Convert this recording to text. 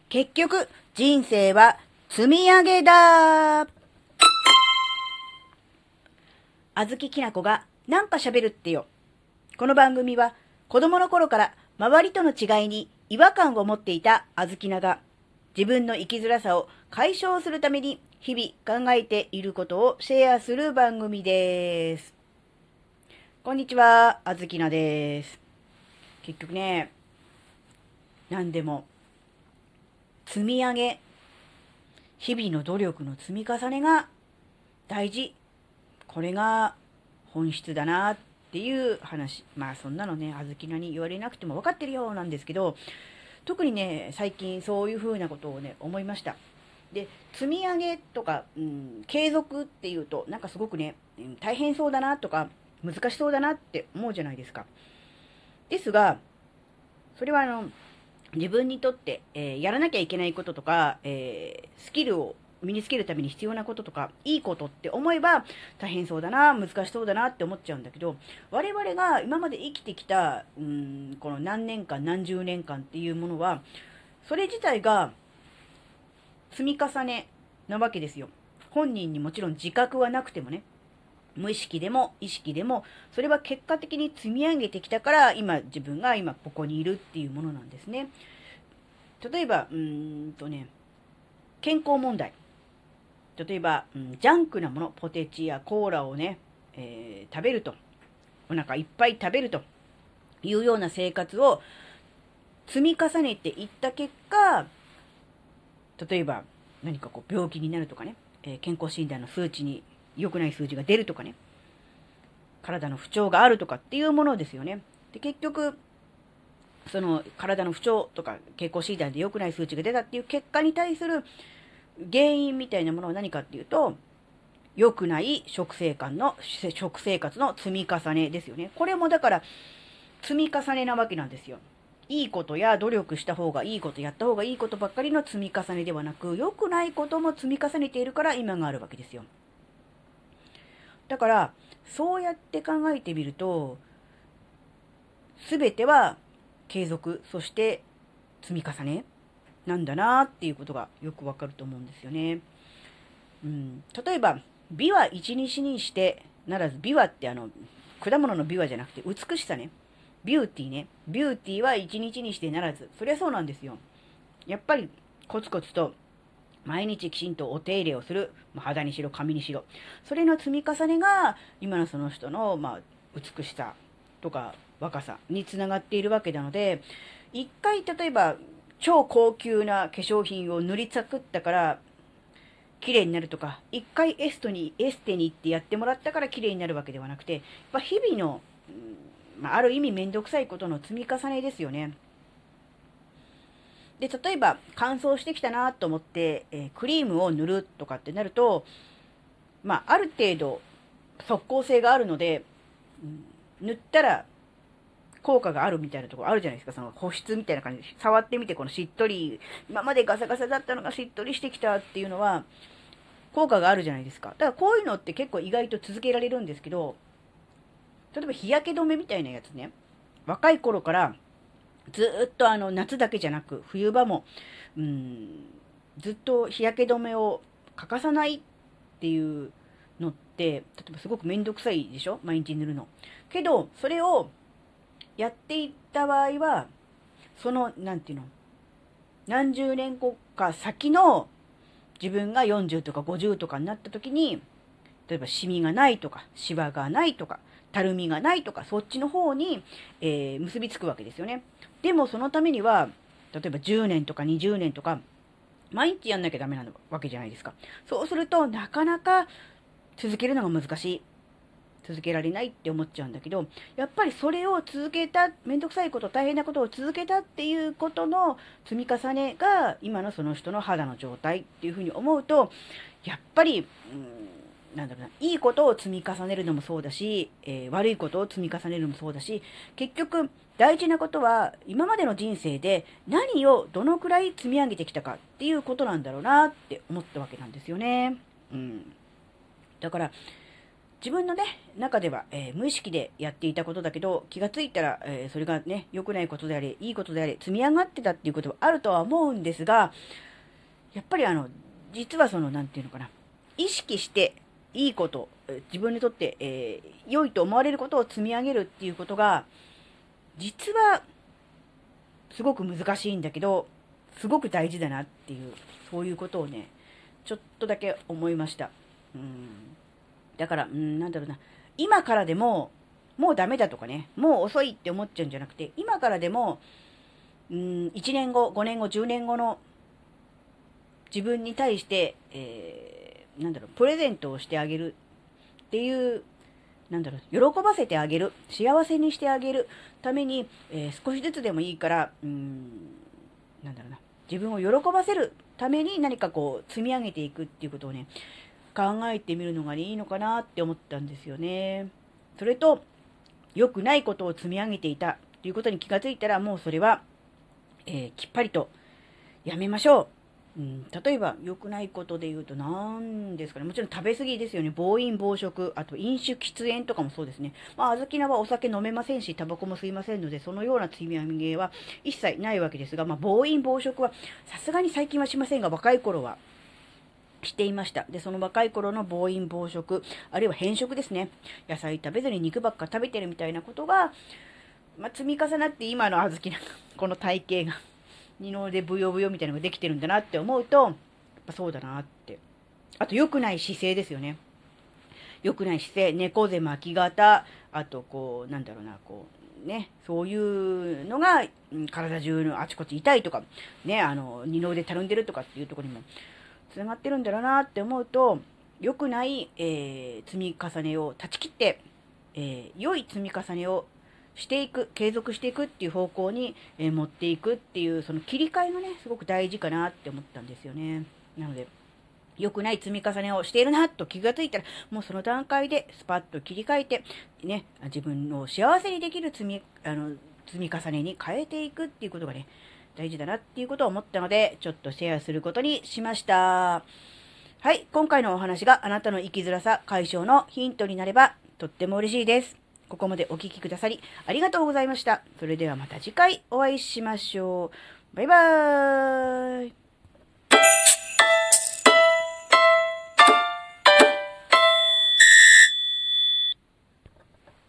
結局、人生は積み上げだ。あずききなこがなんか喋るってよ。この番組は子供の頃から周りとの違いに違和感を持っていたあずきなが自分の生きづらさを解消するために日々考えていることをシェアする番組です。こんにちは、あずきなです。結局ね、何でも積み上げ、日々の努力の積み重ねが大事。これが本質だなっていう話。まあそんなのね、あずきなに言われなくても分かってるようなんですけど、特にね、最近そういう風なことをね、思いました。で、積み上げとか、継続っていうと、なんかすごくね、大変そうだなとか、難しそうだなって思うじゃないですか。ですが、それは自分にとって、やらなきゃいけないこととか、スキルを身につけるために必要なこととか、いいことって思えば大変そうだな、難しそうだなって思っちゃうんだけど、我々が今まで生きてきた、この何年間、何十年間っていうものは、それ自体が積み重ねなわけですよ。本人にもちろん自覚はなくてもね、無意識でも意識でも、それは結果的に積み上げてきたから、自分が今ここにいるっていうものなんですね。例えば、健康問題。例えば、ジャンクなもの、ポテチやコーラをね、食べると、お腹いっぱい食べるというような生活を積み重ねていった結果、例えば何かこう病気になるとかね、健康診断の数値に良くない数字が出るとかね、体の不調があるとかっていうものですよね。で、結局、その体の不調とか健康診断で良くない数値が出たっていう結果に対する原因みたいなものは何かっていうと、良くない食生活の積み重ねですよね。これもだから積み重ねなわけなんですよ。いいことや努力した方がいいこと、やった方がいいことばっかりの積み重ねではなく、良くないことも積み重ねているから今があるわけですよ。だから、そうやって考えてみると、すべては継続、そして積み重ねなんだなっていうことがよくわかると思うんですよね。例えば、美は一日にしてならず、美はって果物の美はじゃなくて美しさね。ビューティーね。ビューティーは一日にしてならず。そりゃそうなんですよ。やっぱりコツコツと毎日きちんとお手入れをする。肌にしろ、髪にしろ。それの積み重ねが今のその人の、美しさとか若さにつながっているわけなので、一回例えば超高級な化粧品を塗りつくったから綺麗になるとか、一回エステに行ってやってもらったから綺麗になるわけではなくて、やっぱ日々の、ある意味めんどくさいことの積み重ねですよね。で、例えば乾燥してきたなと思って、クリームを塗るとかってなると、ある程度即効性があるので、塗ったら効果があるみたいなところあるじゃないですか。その保湿みたいな感じで、触ってみてこのしっとり、今までガサガサだったのがしっとりしてきたっていうのは、効果があるじゃないですか。だからこういうのって結構意外と続けられるんですけど、例えば日焼け止めみたいなやつね。若い頃からずっと夏だけじゃなく冬場も、ずっと日焼け止めを欠かさないっていうのって、例えばすごくめんどくさいでしょ、毎日塗るの。けど、それをやっていった場合は、その、なんていうの、何十年後か先の自分が40とか50とかになった時に、例えばシミがないとか、シワがないとか、たるみがないとか、そっちの方に、結びつくわけですよね。でもそのためには、例えば10年とか20年とか、毎日やんなきゃダメなわけじゃないですか。そうすると、なかなか続けるのが難しい。続けられないって思っちゃうんだけど、やっぱりそれを続けた、めんどくさいこと、大変なことを続けたっていうことの積み重ねが、今のその人の肌の状態っていうふうに思うと、やっぱり、なんだろうな、いいことを積み重ねるのもそうだし、悪いことを積み重ねるのもそうだし、結局、大事なことは、今までの人生で何をどのくらい積み上げてきたかっていうことなんだろうなって思ったわけなんですよね。だから、 自分のね、中では、無意識でやっていたことだけど、気がついたら、それがね、良くないことであれ、いいことであれ、積み上がってたっていうことはあるとは思うんですが、やっぱり実はなんていうのかな、意識していいこと、自分にとって、良いと思われることを積み上げるっていうことが、実は、すごく難しいんだけど、すごく大事だなっていう、そういうことをね、ちょっとだけ思いました。だから、なんだろうな、今からでも、もうダメだとかね、もう遅いって思っちゃうんじゃなくて、今からでも、1年後、5年後、10年後の自分に対して、プレゼントをしてあげるっていう、喜ばせてあげる、幸せにしてあげるために、少しずつでもいいから、自分を喜ばせるために何かこう、積み上げていくっていうことをね、考えてみるのがいいのかなって思ったんですよね。それと、良くないことを積み上げていたということに気がついたら、もうそれは、きっぱりとやめましょう。例えば、良くないことで言うと何ですかね。もちろん食べ過ぎですよね。暴飲暴食、あと飲酒喫煙とかもそうですね。あずきなはお酒飲めませんし、タバコも吸いませんので、そのような積み上げは一切ないわけですが、暴飲暴食はさすがに最近はしませんが、若い頃はしていました。で、その若い頃の暴飲暴食、あるいは偏食ですね。野菜食べずに肉ばっか食べてるみたいなことが、積み重なって今の小豆なんか、この体型が、二の腕ブヨブヨみたいなのができてるんだなって思うと、やっぱそうだなって。あと、良くない姿勢ですよね。良くない姿勢、猫背巻き型、あと、そういうのが、体中のあちこち痛いとか、ね、二の腕たるんでるとかっていうところにも、つながってるんだろうなって思うと、良くない、積み重ねを断ち切って、良い積み重ねをしていく、継続していくっていう方向に、持っていくっていう、その切り替えがね、すごく大事かなって思ったんですよね。なので、良くない積み重ねをしているなと気がついたら、もうその段階でスパッと切り替えて、ね、自分の幸せにできる積み重ねに変えていくっていうことがね、大事だなっていうことを思ったので、ちょっとシェアすることにしました。はい、今回のお話があなたの生きづらさ解消のヒントになればとっても嬉しいです。ここまでお聞きくださりありがとうございました。それではまた次回お会いしましょう。バイバーイ。